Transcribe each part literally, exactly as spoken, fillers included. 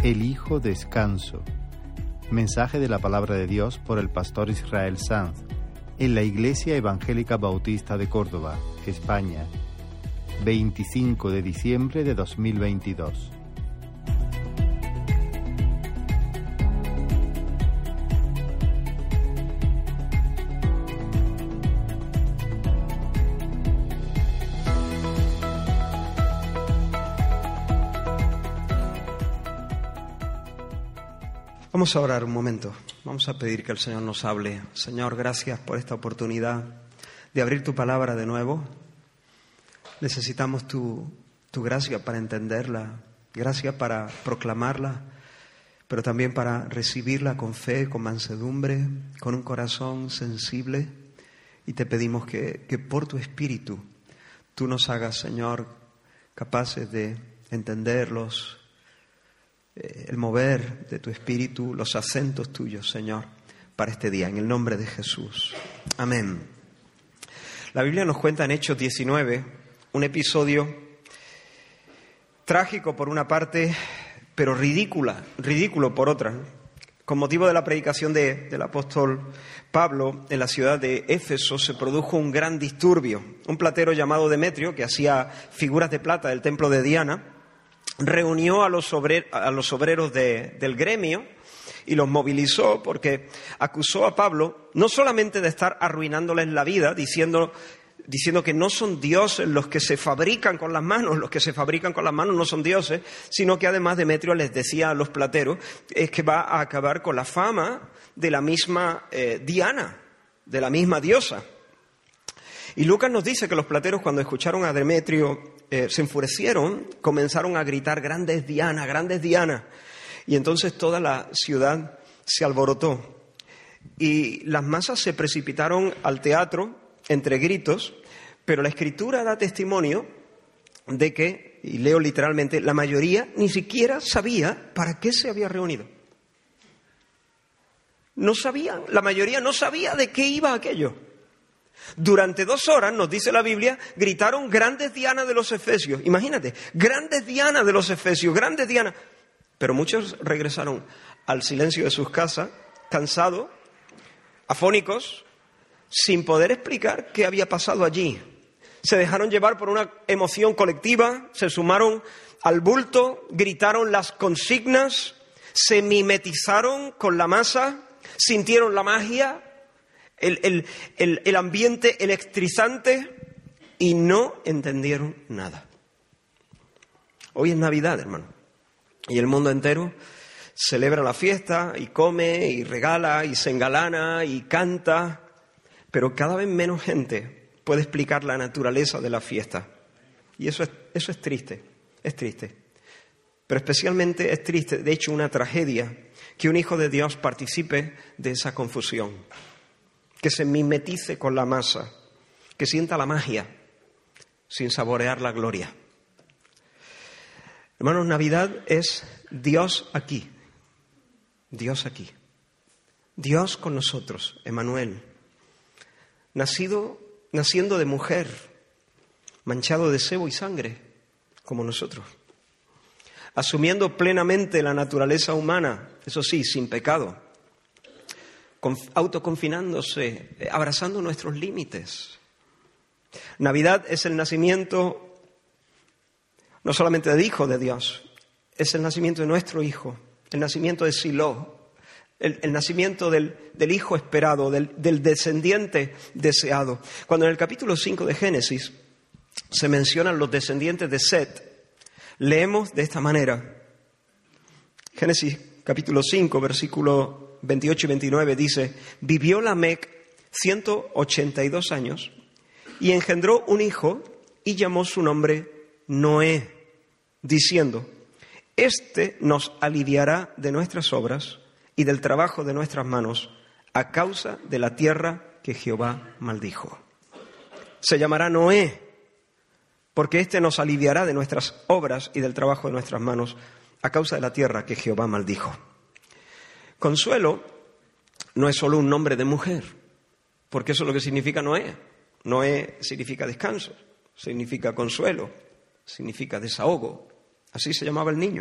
Elijo descanso. Mensaje de la Palabra de Dios por el pastor Israel Sanz en la Iglesia Evangélica Bautista de Córdoba, España, veinticinco de diciembre de dos mil veintidós. Vamos a orar un momento, vamos a pedir que el Señor nos hable. Señor, gracias por esta oportunidad de abrir tu palabra de nuevo. Necesitamos tu, tu gracia para entenderla, gracia para proclamarla, pero también para recibirla con fe, con mansedumbre, con un corazón sensible. Y te pedimos que, que por tu Espíritu tú nos hagas, Señor, capaces de entenderlos, el mover de tu Espíritu, los acentos tuyos, Señor, para este día, en el nombre de Jesús. Amén. La Biblia nos cuenta en Hechos diecinueve un episodio trágico por una parte, pero ridícula, ridículo por otra. Con motivo de la predicación de, del apóstol Pablo en la ciudad de Éfeso se produjo un gran disturbio. Un platero llamado Demetrio, que hacía figuras de plata del templo de Diana, reunió a los, obrer, a los obreros de, del gremio y los movilizó porque acusó a Pablo no solamente de estar arruinándoles la vida, diciendo, diciendo que no son dioses los que se fabrican con las manos, los que se fabrican con las manos no son dioses, sino que además Demetrio les decía a los plateros es que va a acabar con la fama de la misma eh, Diana, de la misma diosa. Y Lucas nos dice que los plateros, cuando escucharon a Demetrio, eh, se enfurecieron, comenzaron a gritar grandes Diana, grandes Diana. Y entonces toda la ciudad se alborotó. Y las masas se precipitaron al teatro entre gritos, pero la Escritura da testimonio de que, y leo literalmente, la mayoría ni siquiera sabía para qué se había reunido. No sabían, la mayoría no sabía de qué iba aquello. Durante dos horas, nos dice la Biblia, gritaron grandes Diana de los Efesios. Imagínate, grandes Diana de los Efesios, grandes Diana. Pero muchos regresaron al silencio de sus casas, cansados, afónicos, sin poder explicar qué había pasado allí. Se dejaron llevar por una emoción colectiva, se sumaron al bulto, gritaron las consignas, se mimetizaron con la masa, sintieron la magia, El, el, el, el ambiente electrizante y no entendieron nada. Hoy es Navidad, hermano, y el mundo entero celebra la fiesta y come y regala y se engalana y canta, pero cada vez menos gente puede explicar la naturaleza de la fiesta. Y eso es, eso es triste, es triste. Pero especialmente es triste, de hecho una tragedia, que un hijo de Dios participe de esa confusión, que se mimetice con la masa, que sienta la magia sin saborear la gloria. Hermanos, Navidad es Dios aquí, Dios aquí, Dios con nosotros, Emmanuel, nacido, naciendo de mujer, manchado de sebo y sangre, como nosotros, asumiendo plenamente la naturaleza humana, eso sí, sin pecado, autoconfinándose, abrazando nuestros límites. Navidad es el nacimiento no solamente del Hijo de Dios, es el nacimiento de nuestro Hijo, el nacimiento de Silo, el, el nacimiento del, del Hijo esperado, del, del descendiente deseado. Cuando en el capítulo cinco de Génesis se mencionan los descendientes de Set, leemos de esta manera. Génesis capítulo cinco, versículo veintiocho y veintinueve dice: vivió Lamec ciento ochenta y dos años y engendró un hijo y llamó su nombre Noé, diciendo: este nos aliviará de nuestras obras y del trabajo de nuestras manos a causa de la tierra que Jehová maldijo. Se llamará Noé porque éste nos aliviará de nuestras obras y del trabajo de nuestras manos a causa de la tierra que Jehová maldijo. Consuelo no es solo un nombre de mujer, porque eso es lo que significa Noé. Noé significa descanso, significa consuelo, significa desahogo. Así se llamaba el niño.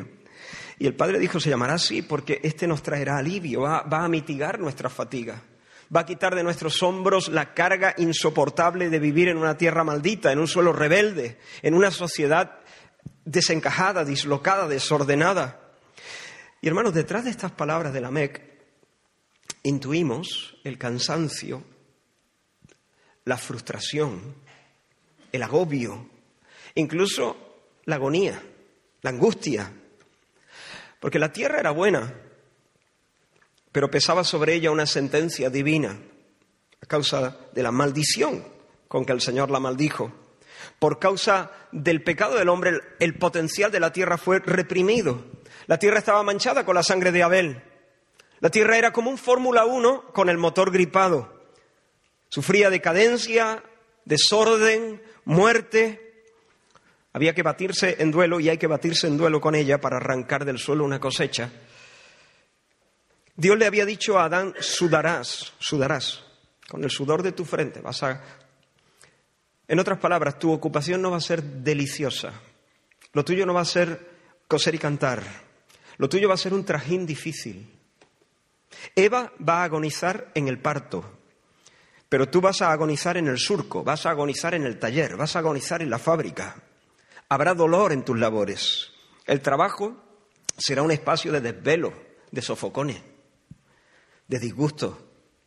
Y el padre dijo, se llamará así porque este nos traerá alivio, va, va a mitigar nuestra fatiga, va a quitar de nuestros hombros la carga insoportable de vivir en una tierra maldita, en un suelo rebelde, en una sociedad desencajada, dislocada, desordenada. Y hermanos, detrás de estas palabras de Lamec intuimos el cansancio, la frustración, el agobio, incluso la agonía, la angustia. Porque la tierra era buena, pero pesaba sobre ella una sentencia divina a causa de la maldición con que el Señor la maldijo. Por causa del pecado del hombre, el potencial de la tierra fue reprimido. La tierra estaba manchada con la sangre de Abel. La tierra era como un Fórmula uno con el motor gripado. Sufría decadencia, desorden, muerte. Había que batirse en duelo, y hay que batirse en duelo con ella para arrancar del suelo una cosecha. Dios le había dicho a Adán, sudarás, sudarás, con el sudor de tu frente. Vas a... En otras palabras, tu ocupación no va a ser deliciosa. Lo tuyo no va a ser coser y cantar. Lo tuyo va a ser un trajín difícil. Eva va a agonizar en el parto, pero tú vas a agonizar en el surco, vas a agonizar en el taller, vas a agonizar en la fábrica. Habrá dolor en tus labores. El trabajo será un espacio de desvelo, de sofocones, de disgusto.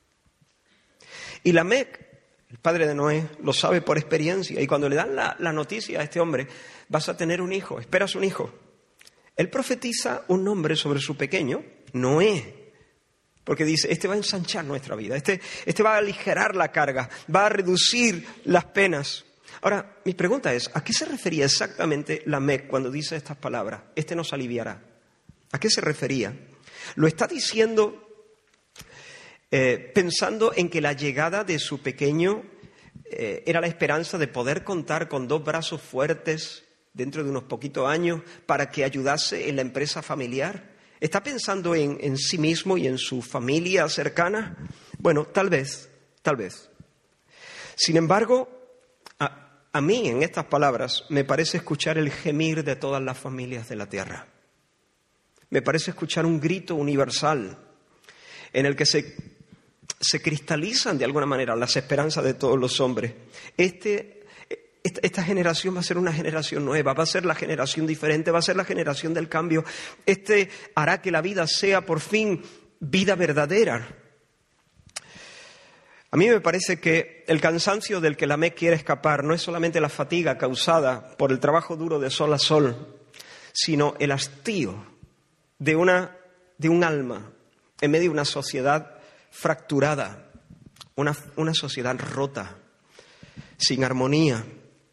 Y Lamec, el padre de Noé, lo sabe por experiencia. Y cuando le dan la, la noticia a este hombre, vas a tener un hijo, esperas un hijo. Él profetiza un nombre sobre su pequeño, Noé. Porque dice, este va a ensanchar nuestra vida, este, este va a aligerar la carga, va a reducir las penas. Ahora, mi pregunta es, ¿a qué se refería exactamente Lamec cuando dice estas palabras? Este nos aliviará. ¿A qué se refería? Lo está diciendo eh, pensando en que la llegada de su pequeño eh, era la esperanza de poder contar con dos brazos fuertes dentro de unos poquitos años para que ayudase en la empresa familiar. ¿Está pensando en, en sí mismo y en su familia cercana? Bueno, tal vez, tal vez. Sin embargo, a, a mí en estas palabras me parece escuchar el gemir de todas las familias de la tierra. Me parece escuchar un grito universal en el que se, se cristalizan de alguna manera las esperanzas de todos los hombres. Este... Esta generación va a ser una generación nueva, va a ser la generación diferente, va a ser la generación del cambio. Este hará que la vida sea por fin vida verdadera. A mí me parece que el cansancio del que Lamec quiere escapar no es solamente la fatiga causada por el trabajo duro de sol a sol, sino el hastío de, una, de un alma en medio de una sociedad fracturada, una, una sociedad rota, sin armonía.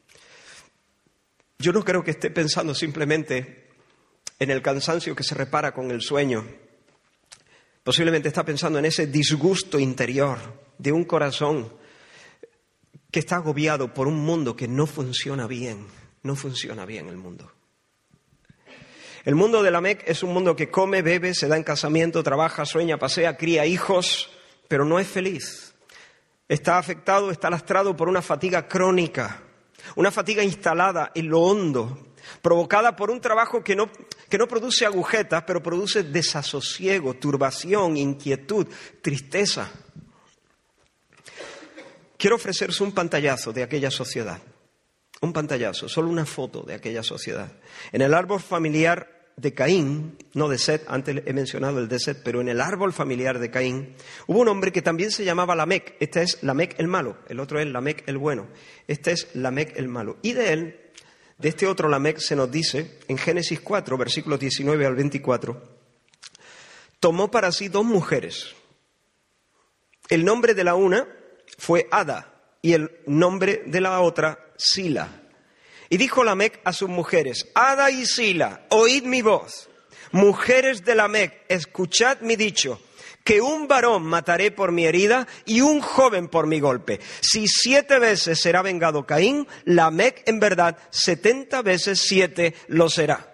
Yo no creo que esté pensando simplemente en el cansancio que se repara con el sueño. Posiblemente está pensando en ese disgusto interior de un corazón que está agobiado por un mundo que no funciona bien. No funciona bien el mundo. El mundo de Lamec es un mundo que come, bebe, se da en casamiento, trabaja, sueña, pasea, cría hijos, pero no es feliz. Está afectado, está lastrado por una fatiga crónica. Una fatiga instalada en lo hondo, provocada por un trabajo que no, que no produce agujetas, pero produce desasosiego, turbación, inquietud, tristeza. Quiero ofreceros un pantallazo de aquella sociedad, un pantallazo, solo una foto de aquella sociedad. En el árbol familiar de Caín, no de Set, antes he mencionado el de Set, pero en el árbol familiar de Caín hubo un hombre que también se llamaba Lamec. Este es Lamec el malo, el otro es Lamec el bueno. Este es Lamec el malo. Y de él, de este otro Lamec, se nos dice en Génesis cuatro, versículos diecinueve al veinticuatro, tomó para sí dos mujeres. El nombre de la una fue Ada y el nombre de la otra Sila. Y dijo Lamec a sus mujeres, Ada y Sila, oíd mi voz. Mujeres de Lamec, escuchad mi dicho, que un varón mataré por mi herida y un joven por mi golpe. Si siete veces será vengado Caín, Lamec en verdad setenta veces siete lo será.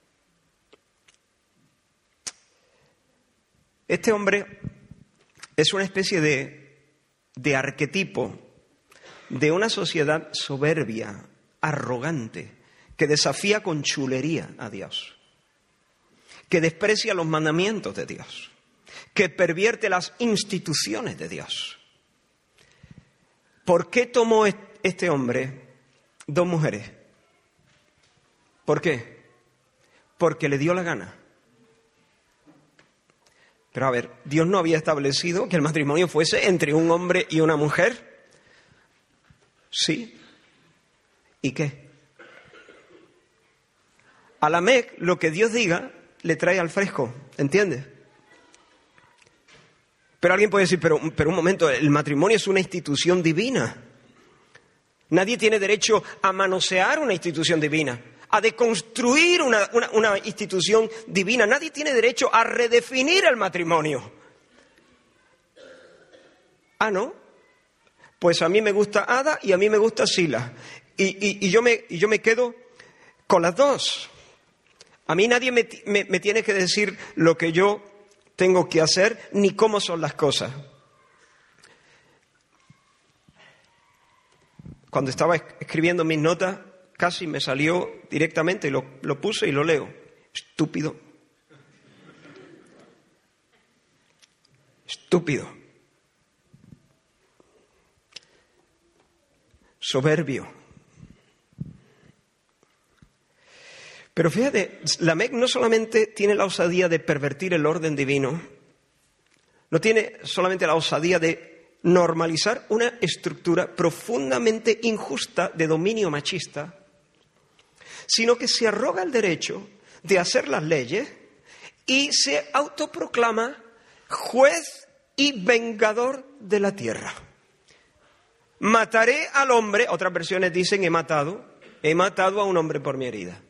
Este hombre es una especie de, de arquetipo de una sociedad soberbia, arrogante, que desafía con chulería a Dios. que desprecia los mandamientos de Dios, que pervierte las instituciones de Dios. ¿Por qué tomó este hombre dos mujeres? ¿Por qué? Porque le dio la gana. Pero a ver, Dios no había establecido que el matrimonio fuese entre un hombre y una mujer. Sí. ¿Y qué? A Lamec, lo que Dios diga, le trae al fresco, ¿entiendes? Pero alguien puede decir, pero, pero un momento, el matrimonio es una institución divina. Nadie tiene derecho a manosear una institución divina, a deconstruir una, una, una institución divina. Nadie tiene derecho a redefinir el matrimonio. Ah, ¿no? Pues a mí me gusta Ada y a mí me gusta Sila. Y, y, y, yo, me, y yo me quedo con las dos. A mí nadie me, me, me tiene que decir lo que yo tengo que hacer ni cómo son las cosas. Cuando estaba escribiendo mis notas, casi me salió directamente y lo, lo puse y lo leo. Estúpido. Estúpido. Soberbio. Pero fíjate, Lamec no solamente tiene la osadía de pervertir el orden divino, no tiene solamente la osadía de normalizar una estructura profundamente injusta de dominio machista, sino que se arroga el derecho de hacer las leyes y se autoproclama juez y vengador de la tierra. Mataré al hombre, otras versiones dicen he matado, he matado a un hombre por mi herida.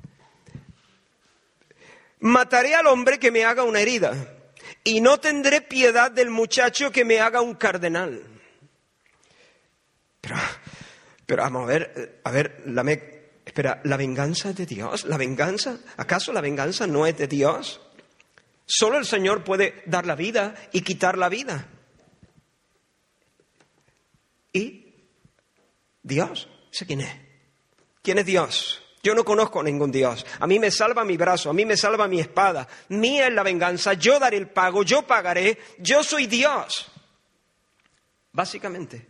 Mataré al hombre que me haga una herida y no tendré piedad del muchacho que me haga un cardenal. Pero, pero vamos a ver, a ver, Lamec, espera, ¿la venganza es de Dios? ¿La venganza? ¿Acaso la venganza no es de Dios? Solo el Señor puede dar la vida y quitar la vida. ¿Y Dios? ¿Ese quién es? ¿Quién es Dios? Yo no conozco a ningún Dios. A mí me salva mi brazo, a mí me salva mi espada. Mía es la venganza, yo daré el pago, yo pagaré, yo soy Dios. Básicamente.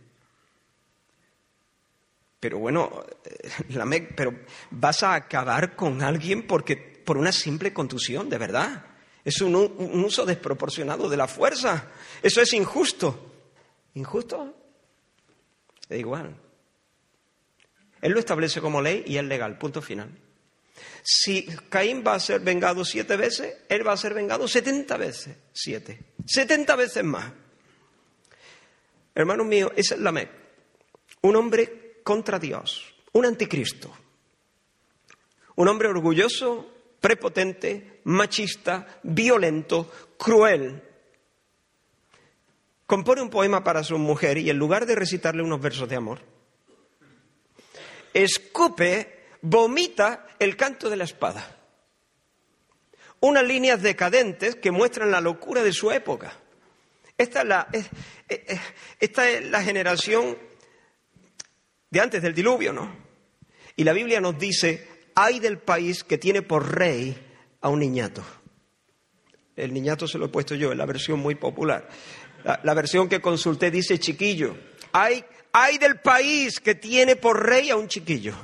Pero bueno, Lamec, pero vas a acabar con alguien porque por una simple contusión, de verdad. Es un, un uso desproporcionado de la fuerza. Eso es injusto. ¿Injusto? Da igual. Él lo establece como ley y es legal, punto final. Si Caín va a ser vengado siete veces, él va a ser vengado setenta veces, siete. Setenta veces más. Hermanos míos, ese es Lamec. Un hombre contra Dios, un anticristo. Un hombre orgulloso, prepotente, machista, violento, cruel. Compone un poema para su mujer y en lugar de recitarle unos versos de amor, escupe, vomita el canto de la espada. Unas líneas decadentes que muestran la locura de su época. Esta es la, es, es, esta es la generación de antes del diluvio, ¿no? Y la Biblia nos dice, ay del país que tiene por rey a un niñato. El niñato se lo he puesto yo, en la versión muy popular. La, la versión que consulté dice chiquillo. Ay Ay del país que tiene por rey a un chiquillo.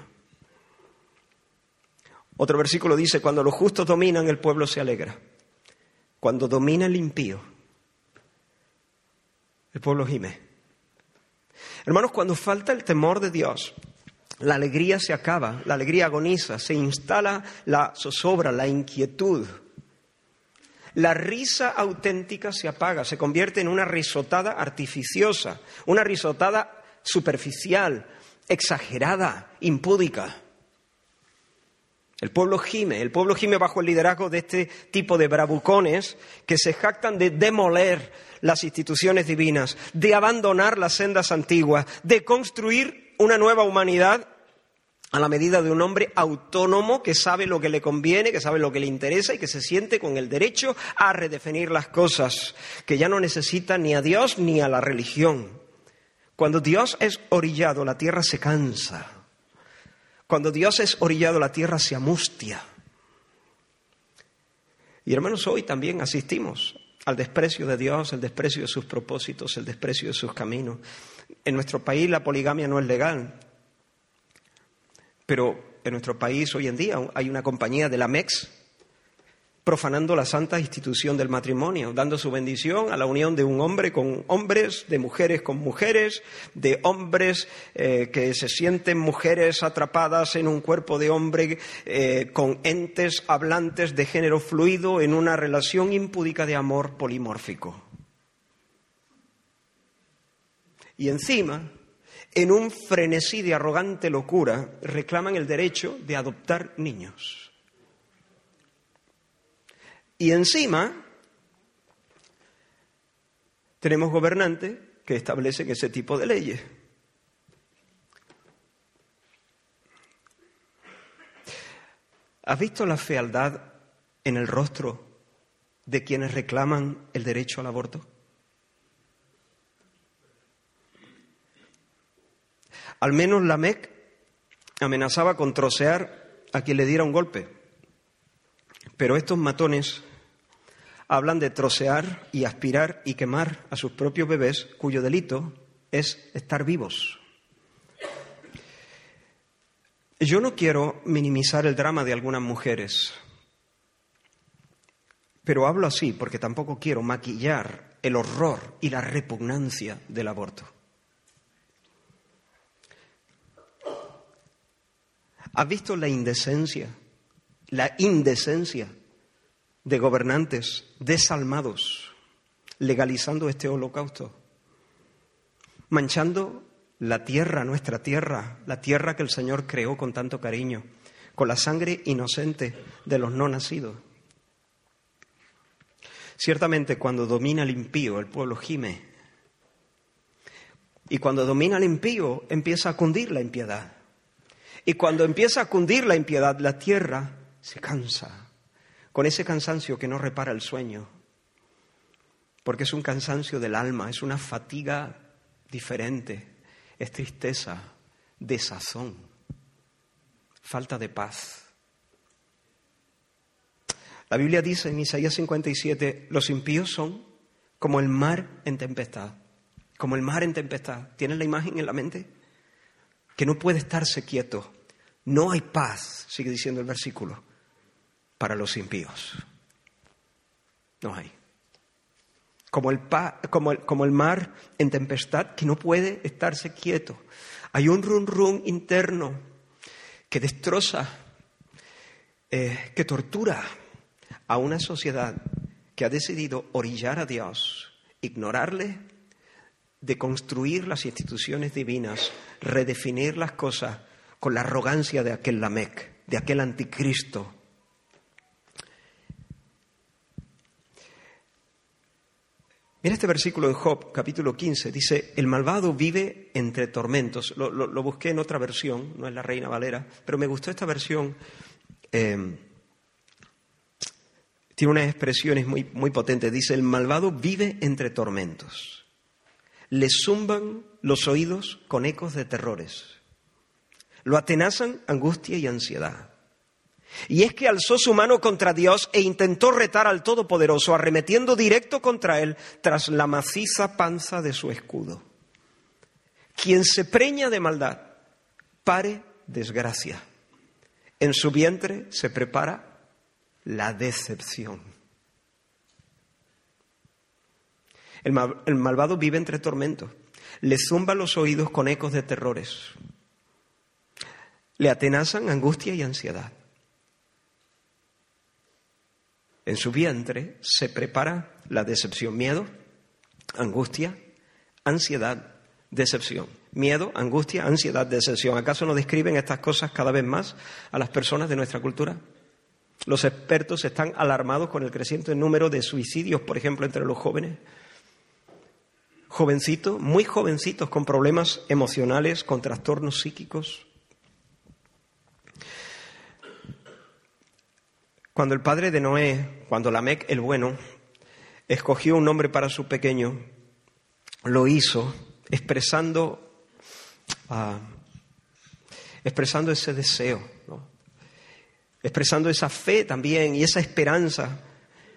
Otro versículo dice, cuando los justos dominan, el pueblo se alegra. Cuando domina el impío, el pueblo gime. Hermanos, cuando falta el temor de Dios, la alegría se acaba, la alegría agoniza, se instala la zozobra, la inquietud. La risa auténtica se apaga, se convierte en una risotada artificiosa, una risotada superficial, exagerada, impúdica. El pueblo gime, el pueblo gime bajo el liderazgo de este tipo de bravucones que se jactan de demoler las instituciones divinas, de abandonar las sendas antiguas, de construir una nueva humanidad a la medida de un hombre autónomo que sabe lo que le conviene, que sabe lo que le interesa y que se siente con el derecho a redefinir las cosas, que ya no necesita ni a Dios ni a la religión. Cuando Dios es orillado, la tierra se cansa. Cuando Dios es orillado, la tierra se amustia. Y hermanos, hoy también asistimos al desprecio de Dios, el desprecio de sus propósitos, el desprecio de sus caminos. En nuestro país la poligamia no es legal, pero en nuestro país hoy en día hay una compañía de la M E X profanando la santa institución del matrimonio, dando su bendición a la unión de un hombre con hombres, de mujeres con mujeres, de hombres eh, que se sienten mujeres atrapadas en un cuerpo de hombre, eh, con entes hablantes de género fluido en una relación impúdica de amor polimórfico. Y encima, en un frenesí de arrogante locura, reclaman el derecho de adoptar niños. Y encima tenemos gobernantes que establecen ese tipo de leyes. ¿Has visto la fealdad en el rostro de quienes reclaman el derecho al aborto? Al menos la M E C amenazaba con trocear a quien le diera un golpe. Pero estos matones hablan de trocear y aspirar y quemar a sus propios bebés, cuyo delito es estar vivos. Yo no quiero minimizar el drama de algunas mujeres, pero hablo así porque tampoco quiero maquillar el horror y la repugnancia del aborto. ¿Has visto la indecencia, la indecencia de gobernantes desalmados legalizando este holocausto, manchando la tierra, nuestra tierra, la tierra que el Señor creó con tanto cariño, con la sangre inocente de los no nacidos? Ciertamente, cuando domina el impío, el pueblo gime. Y cuando domina el impío, empieza a cundir la impiedad. Y cuando empieza a cundir la impiedad, la tierra se cansa, con ese cansancio que no repara el sueño, porque es un cansancio del alma, es una fatiga diferente, es tristeza, desazón, falta de paz. La Biblia dice en Isaías cincuenta y siete, los impíos son como el mar en tempestad, como el mar en tempestad. ¿Tienes la imagen en la mente? Que no puede estarse quieto. No hay paz, sigue diciendo el versículo, para los impíos. No hay. Como el, pa, como el, como el mar en tempestad que no puede estarse quieto. Hay un rum rum interno que destroza, eh, que tortura a una sociedad que ha decidido orillar a Dios, ignorarle, deconstruir las instituciones divinas, redefinir las cosas con la arrogancia de aquel Lamec, de aquel anticristo. Mira este versículo en Job, capítulo quince, dice, el malvado vive entre tormentos. Lo, lo, lo busqué en otra versión, no es la Reina Valera, pero me gustó esta versión. Eh, tiene unas expresiones muy, muy potentes. Dice, el malvado vive entre tormentos. Le zumban los oídos con ecos de terrores. Lo atenazan angustia y ansiedad. Y es que alzó su mano contra Dios e intentó retar al Todopoderoso, arremetiendo directo contra él tras la maciza panza de su escudo. Quien se preña de maldad, pare desgracia. En su vientre se prepara la decepción. El, mal, el malvado vive entre tormentos. Le zumba los oídos con ecos de terrores. Le atenazan angustia y ansiedad. En su vientre se prepara la decepción, miedo, angustia, ansiedad, decepción. Miedo, angustia, ansiedad, decepción. ¿Acaso no describen estas cosas cada vez más a las personas de nuestra cultura? Los expertos están alarmados con el creciente número de suicidios, por ejemplo, entre los jóvenes. Jovencitos, muy jovencitos, con problemas emocionales, con trastornos psíquicos. Cuando el padre de Noé, cuando Lamec el bueno, escogió un nombre para su pequeño, lo hizo expresando, uh, expresando ese deseo, ¿no? Expresando esa fe también y esa esperanza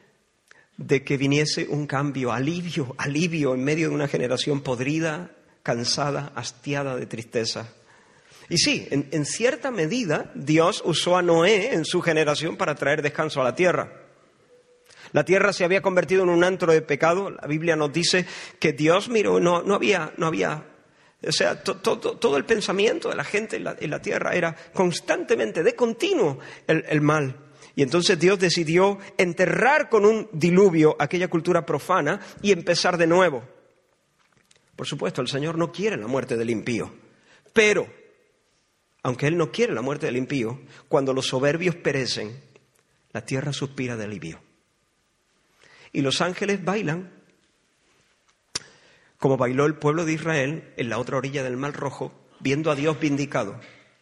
de que viniese un cambio, alivio, alivio en medio de una generación podrida, cansada, hastiada de tristeza. Y sí, en, en cierta medida Dios usó a Noé en su generación para traer descanso a la tierra. La tierra se había convertido en un antro de pecado. La Biblia nos dice que Dios miró, no, no había, no había, o sea, to, to, to, todo el pensamiento de la gente en la, en la tierra era constantemente, de continuo, el, el mal. Y entonces Dios decidió enterrar con un diluvio aquella cultura profana y empezar de nuevo. Por supuesto, el Señor no quiere la muerte del impío, pero, aunque Él no quiere la muerte del impío, cuando los soberbios perecen, la tierra suspira de alivio. Y los ángeles bailan, como bailó el pueblo de Israel en la otra orilla del Mar Rojo, viendo a Dios vindicado.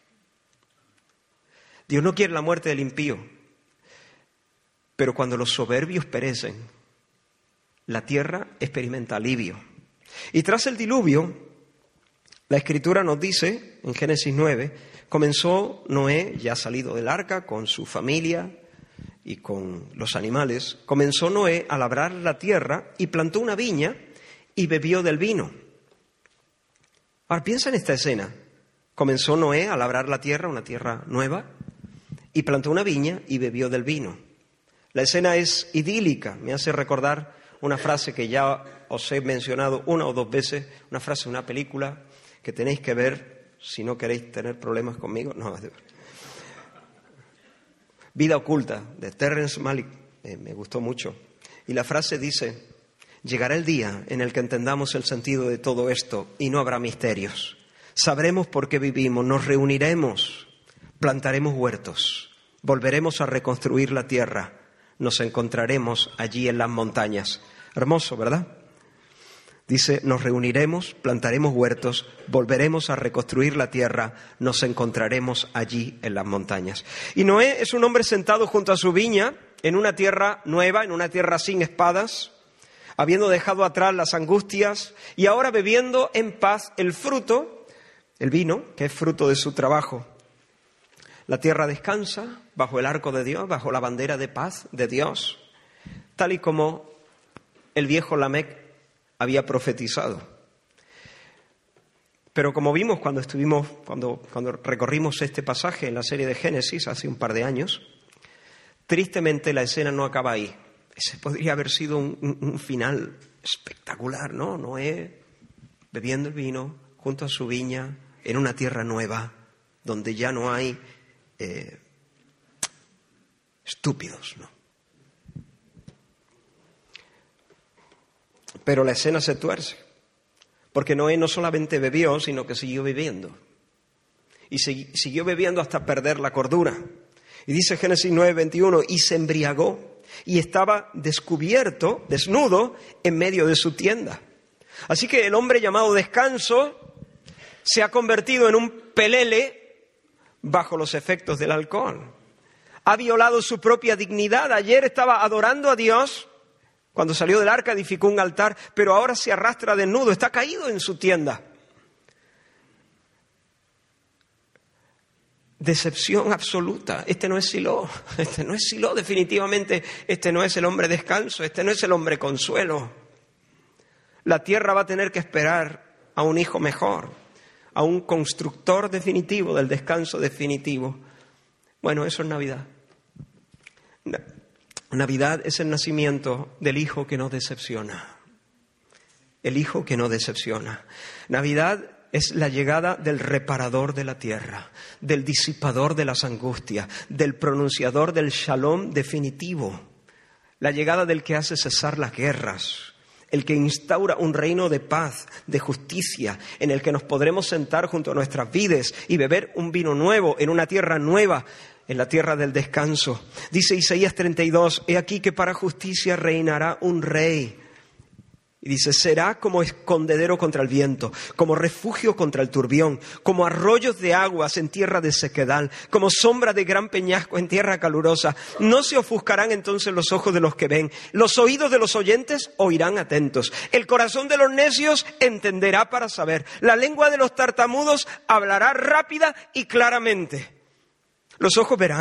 Dios no quiere la muerte del impío, pero cuando los soberbios perecen, la tierra experimenta alivio. Y tras el diluvio, la Escritura nos dice, en Génesis nueve, comenzó Noé, ya salido del arca, con su familia y con los animales, comenzó Noé a labrar la tierra y plantó una viña y bebió del vino. Ahora piensa en esta escena. Comenzó Noé a labrar la tierra, una tierra nueva, y plantó una viña y bebió del vino. La escena es idílica, me hace recordar una frase que ya os he mencionado una o dos veces, una frase de una película que tenéis que ver si no queréis tener problemas conmigo. No, Vida oculta, de Terrence Malick, eh, me gustó mucho. Y la frase dice: llegará el día en el que entendamos el sentido de todo esto y no habrá misterios. Sabremos por qué vivimos, nos reuniremos, plantaremos huertos, volveremos a reconstruir la tierra, nos encontraremos allí en las montañas. Hermoso, ¿verdad? Dice, nos reuniremos, plantaremos huertos, volveremos a reconstruir la tierra, nos encontraremos allí en las montañas. Y Noé es un hombre sentado junto a su viña, en una tierra nueva, en una tierra sin espadas, habiendo dejado atrás las angustias y ahora bebiendo en paz el fruto, el vino, que es fruto de su trabajo. La tierra descansa bajo el arco de Dios, bajo la bandera de paz de Dios, tal y como el viejo Lamec había profetizado. Pero como vimos cuando estuvimos, cuando, cuando recorrimos este pasaje en la serie de Génesis hace un par de años, tristemente la escena no acaba ahí. Ese podría haber sido un, un, un final espectacular, ¿no? Noé bebiendo el vino junto a su viña en una tierra nueva, donde ya no hay eh, estúpidos, ¿no? Pero la escena se tuerce, porque Noé no solamente bebió, sino que siguió bebiendo. Y siguió bebiendo hasta perder la cordura. Y dice Génesis nueve veintiuno, y se embriagó, y estaba descubierto, desnudo, en medio de su tienda. Así que el hombre llamado Descanso se ha convertido en un pelele bajo los efectos del alcohol. Ha violado su propia dignidad. Ayer estaba adorando a Dios. Cuando salió del arca edificó un altar, pero ahora se arrastra desnudo, está caído en su tienda. Decepción absoluta. Este no es Silo, este no es Silo, definitivamente este no es el hombre descanso, este no es el hombre consuelo. La tierra va a tener que esperar a un hijo mejor, a un constructor definitivo del descanso definitivo. Bueno, eso es Navidad. Navidad es el nacimiento del hijo que no decepciona. El hijo que no decepciona. Navidad es la llegada del reparador de la tierra, del disipador de las angustias, del pronunciador del shalom definitivo. La llegada del que hace cesar las guerras, el que instaura un reino de paz, de justicia, en el que nos podremos sentar junto a nuestras vides y beber un vino nuevo en una tierra nueva, en la tierra del descanso. Dice Isaías treinta y dos, he aquí que para justicia reinará un rey. Y dice, será como escondedero contra el viento, como refugio contra el turbión, como arroyos de aguas en tierra de sequedal, como sombra de gran peñasco en tierra calurosa. No se ofuscarán entonces los ojos de los que ven, los oídos de los oyentes oirán atentos. El corazón de los necios entenderá para saber, la lengua de los tartamudos hablará rápida y claramente. Los ojos verán,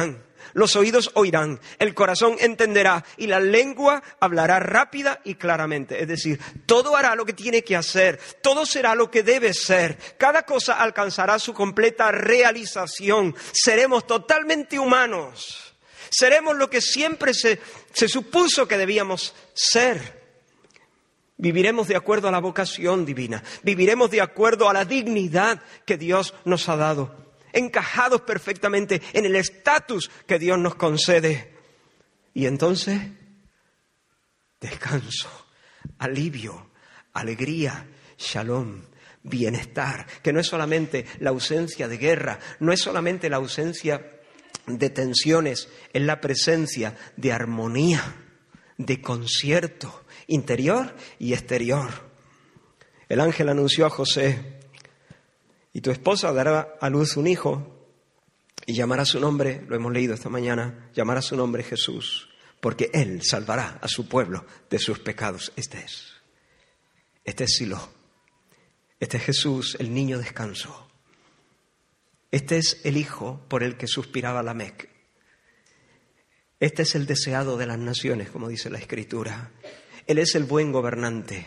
Los oídos oirán, el corazón entenderá y la lengua hablará rápida y claramente. Es decir, todo hará lo que tiene que hacer, todo será lo que debe ser, cada cosa alcanzará su completa realización. Seremos totalmente humanos, seremos lo que siempre se, se supuso que debíamos ser. Viviremos de acuerdo a la vocación divina, viviremos de acuerdo a la dignidad que Dios nos ha dado, encajados perfectamente en el estatus que Dios nos concede. Y entonces, descanso, alivio, alegría, shalom, bienestar, que no es solamente la ausencia de guerra, no es solamente la ausencia de tensiones, es la presencia de armonía, de concierto interior y exterior. El ángel anunció a José: y tu esposa dará a luz un hijo y llamará su nombre, lo hemos leído esta mañana, llamará su nombre Jesús, porque él salvará a su pueblo de sus pecados. Este es, este es Silo, este es Jesús, el niño descanso. Este es el hijo por el que suspiraba Lamec. Este es el deseado de las naciones, como dice la Escritura. Él es el buen gobernante.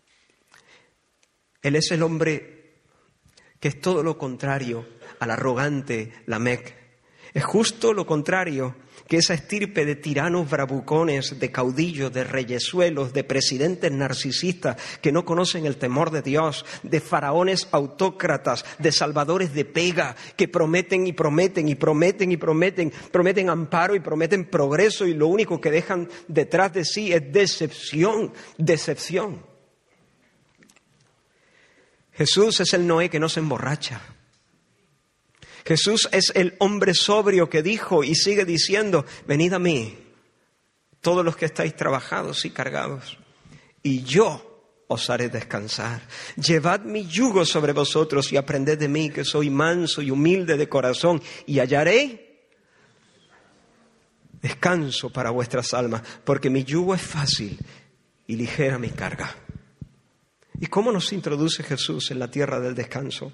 Él es el hombre que es todo lo contrario al arrogante Lamec. Es justo lo contrario que esa estirpe de tiranos bravucones, de caudillos, de reyesuelos, de presidentes narcisistas que no conocen el temor de Dios, de faraones autócratas, de salvadores de pega, que prometen y prometen y prometen y prometen, prometen amparo y prometen progreso y lo único que dejan detrás de sí es decepción, decepción. Jesús es el Noé que no se emborracha. Jesús es el hombre sobrio que dijo y sigue diciendo: venid a mí, todos los que estáis trabajados y cargados, y yo os haré descansar. Llevad mi yugo sobre vosotros y aprended de mí, que soy manso y humilde de corazón, y hallaré descanso para vuestras almas, porque mi yugo es fácil y ligera mi carga. ¿Y cómo nos introduce Jesús en la tierra del descanso?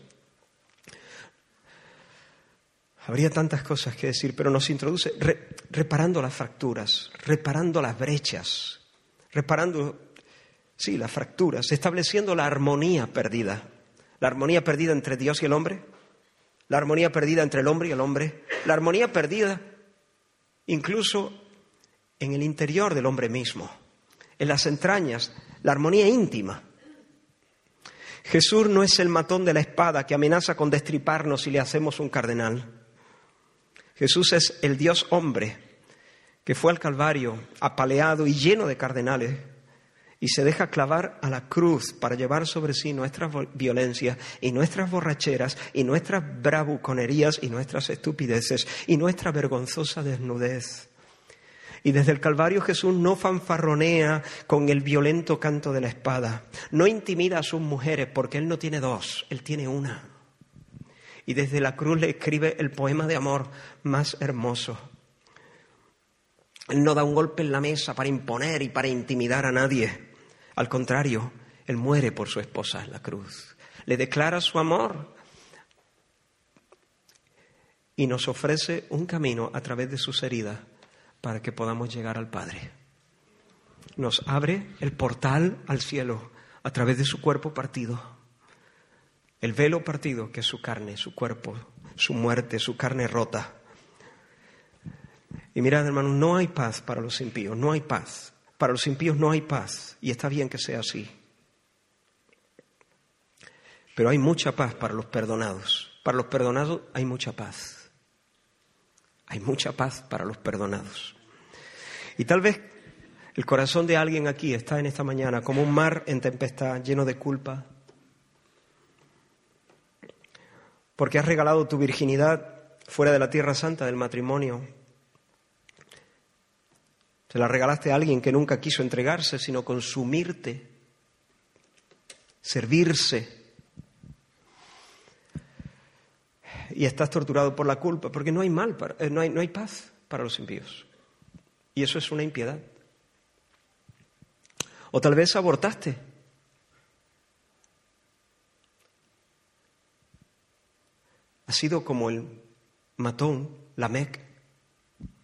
Habría tantas cosas que decir, pero nos introduce re, reparando las fracturas, reparando las brechas, reparando, sí, las fracturas, estableciendo la armonía perdida. La armonía perdida entre Dios y el hombre, la armonía perdida entre el hombre y el hombre, la armonía perdida incluso en el interior del hombre mismo, en las entrañas, la armonía íntima. Jesús no es el matón de la espada que amenaza con destriparnos si le hacemos un cardenal. Jesús es el Dios hombre que fue al Calvario apaleado y lleno de cardenales y se deja clavar a la cruz para llevar sobre sí nuestras violencias y nuestras borracheras y nuestras bravuconerías y nuestras estupideces y nuestra vergonzosa desnudez. Y desde el Calvario Jesús no fanfarronea con el violento canto de la espada, no intimida a sus mujeres porque Él no tiene dos, Él tiene una. Y desde la cruz le escribe el poema de amor más hermoso. Él no da un golpe en la mesa para imponer y para intimidar a nadie. Al contrario, Él muere por su esposa en la cruz. Le declara su amor y nos ofrece un camino a través de sus heridas para que podamos llegar al Padre. Nos abre el portal al cielo a través de su cuerpo partido. El velo partido, que es su carne, su cuerpo, su muerte, su carne rota. Y mirad, hermanos, no hay paz para los impíos, no hay paz. Para los impíos no hay paz, y está bien que sea así. Pero hay mucha paz para los perdonados. Para los perdonados hay mucha paz. Hay mucha paz para los perdonados. Y tal vez el corazón de alguien aquí está en esta mañana como un mar en tempestad, lleno de culpa, porque has regalado tu virginidad fuera de la tierra santa del matrimonio. Se la regalaste a alguien que nunca quiso entregarse, sino consumirte, servirse. Y estás torturado por la culpa, porque no hay mal, para, eh, no hay, no hay paz para los impíos. Y eso es una impiedad. O tal vez abortaste. Has sido como el matón, Lamec.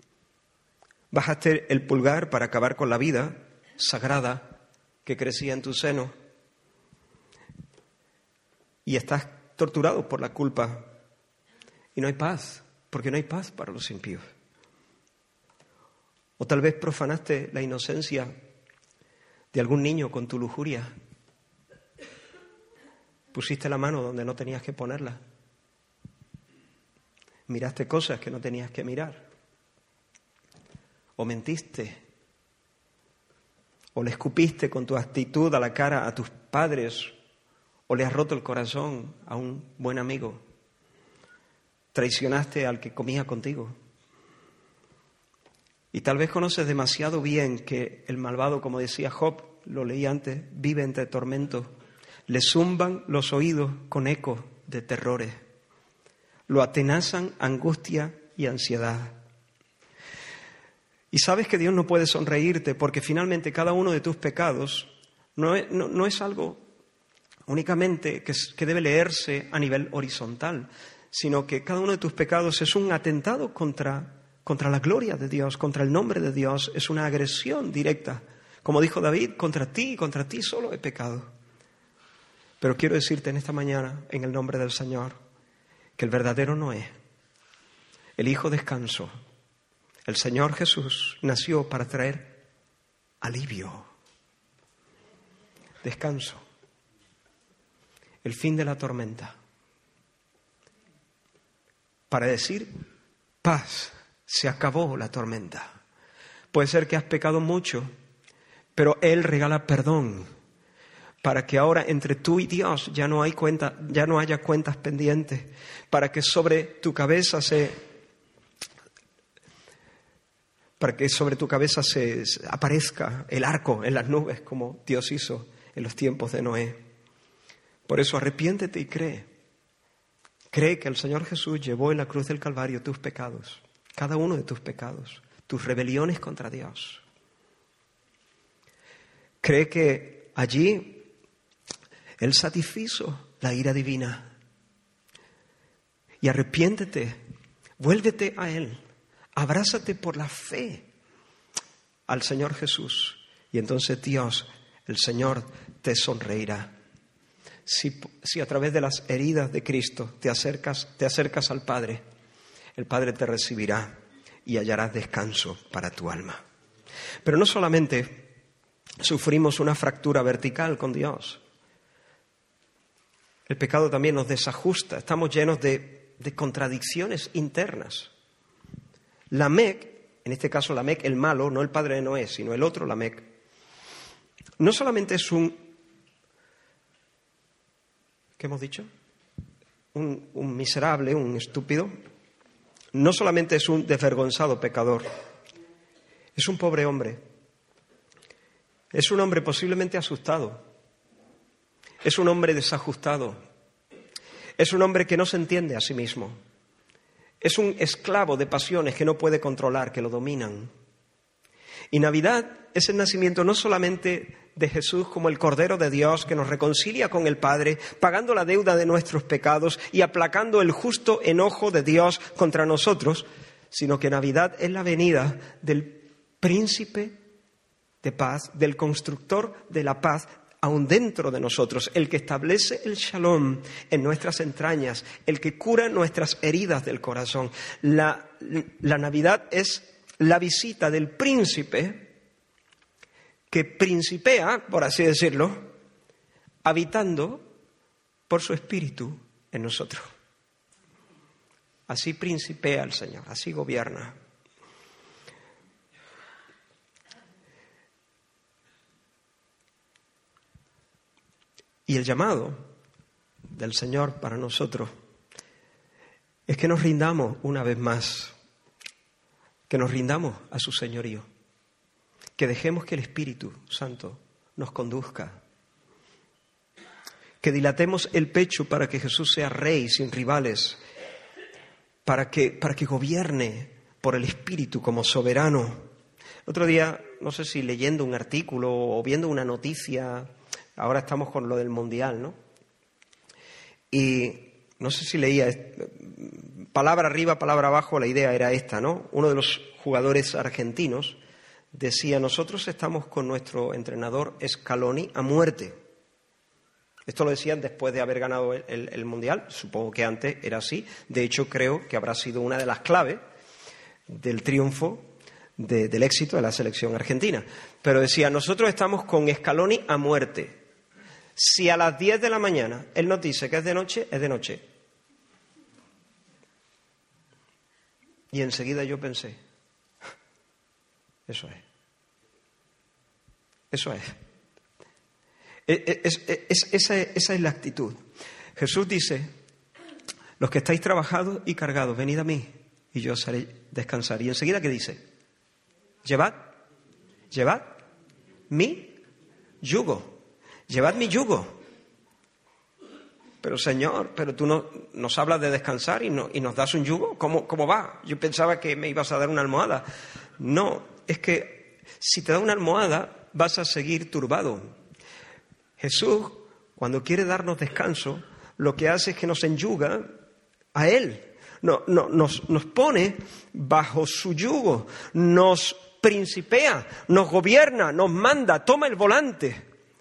Bajaste el pulgar para acabar con la vida sagrada que crecía en tu seno. Y estás torturado por la culpa. Y no hay paz, porque no hay paz para los impíos. O tal vez profanaste la inocencia de algún niño con tu lujuria. Pusiste la mano donde no tenías que ponerla. Miraste cosas que no tenías que mirar. O mentiste. O le escupiste con tu actitud a la cara a tus padres. O le has roto el corazón a un buen amigo. Traicionaste al que comía contigo. Y tal vez conoces demasiado bien que el malvado, como decía Job, lo leí antes, vive entre tormentos. Le zumban los oídos con ecos de terrores. Lo atenazan angustia y ansiedad. Y sabes que Dios no puede sonreírte porque finalmente cada uno de tus pecados no es, no, no es algo únicamente que, que debe leerse a nivel horizontal, sino que cada uno de tus pecados es un atentado contra, contra la gloria de Dios, contra el nombre de Dios, es una agresión directa. Como dijo David, contra ti, contra ti solo he pecado. Pero quiero decirte en esta mañana, en el nombre del Señor, que el verdadero Noé, el Hijo descanso, el Señor Jesús, nació para traer alivio, descanso, el fin de la tormenta, para decir paz, se acabó la tormenta. Puede ser que has pecado mucho, pero Él regala perdón para que ahora entre tú y Dios ya no hay cuenta, ya no haya cuentas pendientes, para que sobre tu cabeza se para que sobre tu cabeza se aparezca el arco en las nubes como Dios hizo en los tiempos de Noé. Por eso arrepiéntete y cree. Cree que el Señor Jesús llevó en la cruz del Calvario tus pecados, cada uno de tus pecados, tus rebeliones contra Dios. Cree que allí Él satisfizo la ira divina. Y arrepiéntete, vuélvete a Él, abrázate por la fe al Señor Jesús. Y entonces Dios, el Señor, te sonreirá. Si, si a través de las heridas de Cristo te acercas, te acercas al Padre, el Padre te recibirá y hallarás descanso para tu alma. Pero no solamente sufrimos una fractura vertical con Dios. El pecado también nos desajusta. Estamos llenos de, de contradicciones internas. Lamec, en este caso Lamec, el malo, no el padre de Noé, sino el otro Lamec, no solamente es un, ¿qué hemos dicho? Un, un miserable, un estúpido. No solamente es un desvergonzado pecador, es un pobre hombre. Es un hombre posiblemente asustado. Es un hombre desajustado. Es un hombre que no se entiende a sí mismo. Es un esclavo de pasiones que no puede controlar, que lo dominan. Y Navidad es el nacimiento no solamente de Jesús como el Cordero de Dios que nos reconcilia con el Padre, pagando la deuda de nuestros pecados y aplacando el justo enojo de Dios contra nosotros, sino que Navidad es la venida del príncipe de paz, del constructor de la paz, aún dentro de nosotros, el que establece el shalom en nuestras entrañas, el que cura nuestras heridas del corazón. La, la Navidad es la visita del príncipe que principea, por así decirlo, habitando por su espíritu en nosotros. Así principea el Señor, así gobierna. Y el llamado del Señor para nosotros es que nos rindamos una vez más, que nos rindamos a su señorío, que dejemos que el Espíritu Santo nos conduzca, que dilatemos el pecho para que Jesús sea rey sin rivales, para que, para que gobierne por el Espíritu como soberano. Otro día, no sé si leyendo un artículo o viendo una noticia, ahora estamos con lo del Mundial, ¿no? Y no sé si leía, palabra arriba, palabra abajo, la idea era esta, ¿no? Uno de los jugadores argentinos decía, nosotros estamos con nuestro entrenador Scaloni a muerte. Esto lo decían después de haber ganado el, el, el Mundial, supongo que antes era así. De hecho, creo que habrá sido una de las claves del triunfo, de, del éxito de la selección argentina. Pero decía, nosotros estamos con Scaloni a muerte. Si a las diez de la mañana él nos dice que es de noche, es de noche. Y enseguida yo pensé, eso es. Eso es. Es, es, es, esa, esa es la actitud. Jesús dice, los que estáis trabajados y cargados, venid a mí y yo os haré descansar. Y enseguida, ¿qué dice? Llevad, llevad mi yugo, llevad mi yugo. Pero Señor, pero tú no, nos hablas de descansar y, no, y nos das un yugo. ¿Cómo, ¿Cómo va? Yo pensaba que me ibas a dar una almohada. No, es que si te da una almohada vas a seguir turbado. Jesús, cuando quiere darnos descanso, lo que hace es que nos enyuga a Él. No, no, nos, nos pone bajo su yugo, nos principea, nos gobierna, nos manda, toma el volante,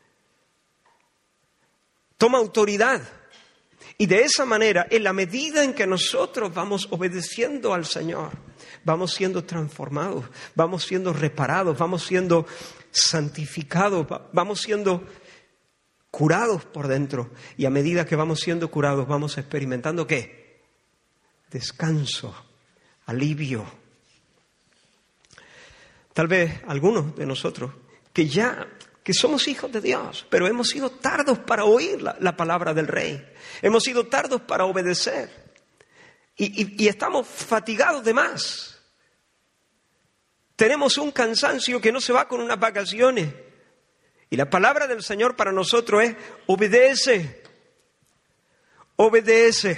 toma autoridad. Y de esa manera, en la medida en que nosotros vamos obedeciendo al Señor, vamos siendo transformados, vamos siendo reparados, vamos siendo santificados, vamos siendo curados por dentro. Y a medida que vamos siendo curados, vamos experimentando ¿qué? Descanso, alivio. Tal vez algunos de nosotros que ya, que somos hijos de Dios, pero hemos sido tardos para oír la, la palabra del Rey. Hemos sido tardos para obedecer. Y, y, y estamos fatigados de más. Tenemos un cansancio que no se va con unas vacaciones. Y la palabra del Señor para nosotros es obedece, obedece,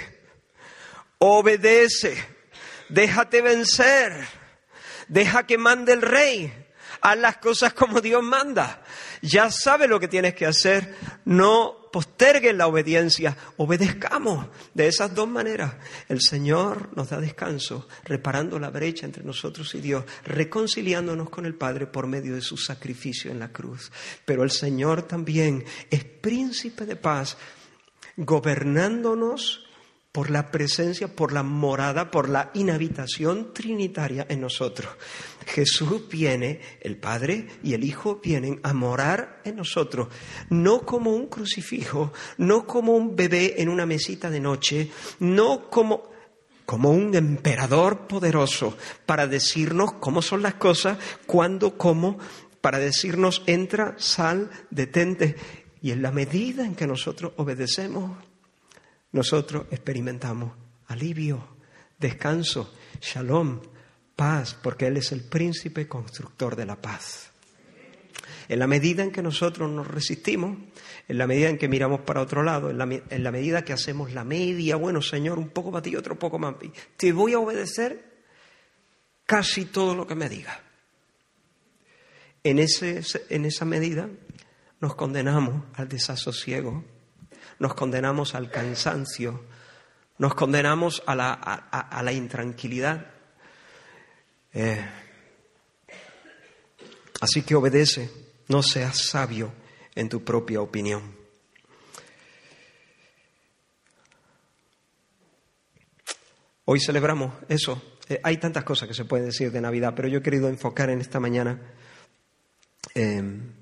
obedece, déjate vencer, deja que mande el Rey, haz las cosas como Dios manda, ya sabes lo que tienes que hacer, no postergues la obediencia, obedezcamos. De esas dos maneras, el Señor nos da descanso, reparando la brecha entre nosotros y Dios, reconciliándonos con el Padre por medio de su sacrificio en la cruz. Pero el Señor también es príncipe de paz, gobernándonos por la presencia, por la morada, por la inhabitación trinitaria en nosotros. Jesús viene, el Padre y el Hijo vienen a morar en nosotros, no como un crucifijo, no como un bebé en una mesita de noche, no como, como un emperador poderoso para decirnos cómo son las cosas, cuándo, cómo, para decirnos entra, sal, detente. Y en la medida en que nosotros obedecemos, nosotros experimentamos alivio, descanso, shalom, paz, porque Él es el príncipe constructor de la paz. En la medida en que nosotros nos resistimos, en la medida en que miramos para otro lado, en la, en la medida que hacemos la media, bueno, Señor, un poco para ti, otro poco más para ti, te voy a obedecer casi todo lo que me digas. En, ese, en esa medida nos condenamos al desasosiego, nos condenamos al cansancio, nos condenamos a la, a, a la intranquilidad. Eh, así que obedece, no seas sabio en tu propia opinión. Hoy celebramos eso. Eh, hay tantas cosas que se pueden decir de Navidad, pero yo he querido enfocar en esta mañana eh,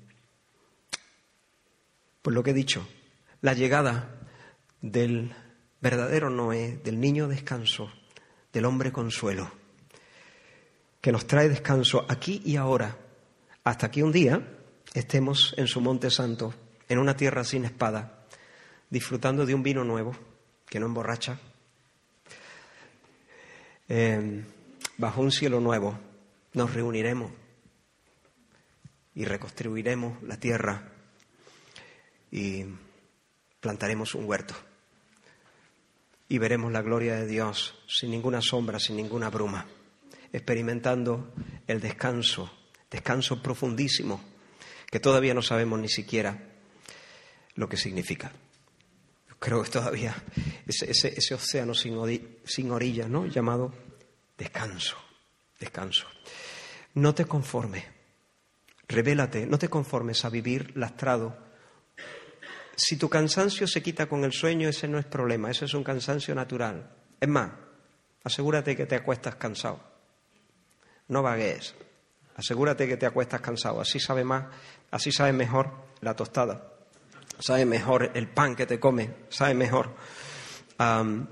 por lo que he dicho. La llegada del verdadero Noé, del niño descanso, del hombre consuelo, que nos trae descanso aquí y ahora, hasta que un día estemos en su monte santo, en una tierra sin espada, disfrutando de un vino nuevo, que no emborracha, eh, bajo un cielo nuevo, nos reuniremos y reconstruiremos la tierra y plantaremos un huerto y veremos la gloria de Dios sin ninguna sombra, sin ninguna bruma, experimentando el descanso, descanso profundísimo, que todavía no sabemos ni siquiera lo que significa. Creo que todavía ese, ese, ese océano sin, odi, sin orillas, ¿no? Llamado descanso, descanso. No te conformes, revélate, no te conformes a vivir lastrado. Si tu cansancio se quita con el sueño, ese no es problema, ese es un cansancio natural. Es más, asegúrate que te acuestas cansado. No vaguees. Asegúrate que te acuestas cansado. Así sabe más, así sabe mejor la tostada. Sabe mejor el pan que te comes. Sabe mejor. Um,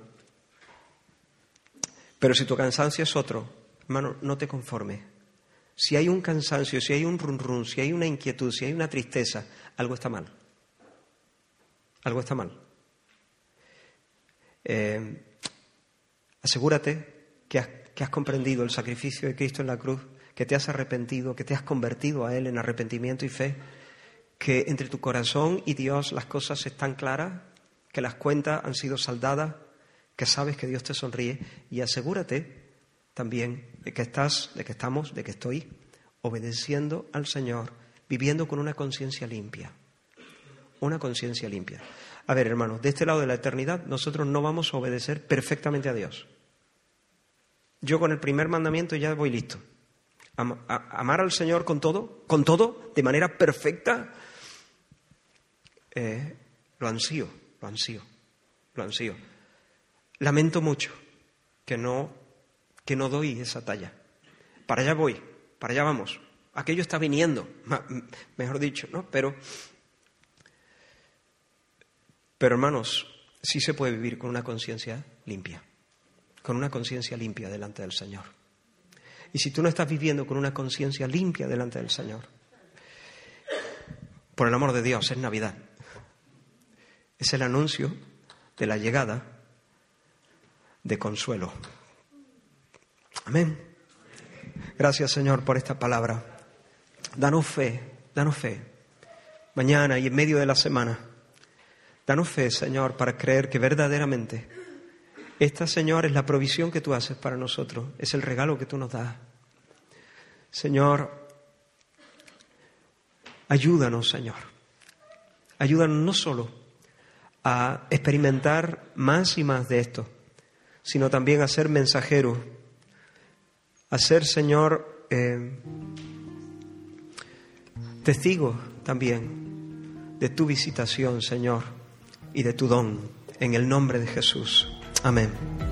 pero si tu cansancio es otro, hermano, no te conformes. Si hay un cansancio, si hay un run run, si hay una inquietud, si hay una tristeza, algo está mal. Algo está mal. Eh, asegúrate que has, que has comprendido el sacrificio de Cristo en la cruz, que te has arrepentido, que te has convertido a Él en arrepentimiento y fe, que entre tu corazón y Dios las cosas están claras, que las cuentas han sido saldadas, que sabes que Dios te sonríe, y asegúrate también de que estás, de que estamos, de que estoy obedeciendo al Señor, viviendo con una conciencia limpia. Una conciencia limpia. A ver, hermanos, de este lado de la eternidad nosotros no vamos a obedecer perfectamente a Dios. Yo con el primer mandamiento ya voy listo. Am- a- amar al Señor con todo, con todo, de manera perfecta, eh, lo ansío, lo ansío, lo ansío. Lamento mucho que no, que no doy esa talla. Para allá voy, para allá vamos. Aquello está viniendo, ma- mejor dicho, ¿no? Pero... Pero, hermanos, sí se puede vivir con una conciencia limpia, con una conciencia limpia delante del Señor. Y si tú no estás viviendo con una conciencia limpia delante del Señor, por el amor de Dios, es Navidad. Es el anuncio de la llegada de consuelo. Amén. Gracias, Señor, por esta palabra. Danos fe, danos fe. Mañana y en medio de la semana. Danos fe, Señor, para creer que verdaderamente esta, Señor, es la provisión que tú haces para nosotros, es el regalo que tú nos das. Señor, ayúdanos, Señor. Ayúdanos no solo a experimentar más y más de esto, sino también a ser mensajeros, a ser, Señor, eh, testigos también de tu visitación, Señor, y de tu don, en el nombre de Jesús. Amén.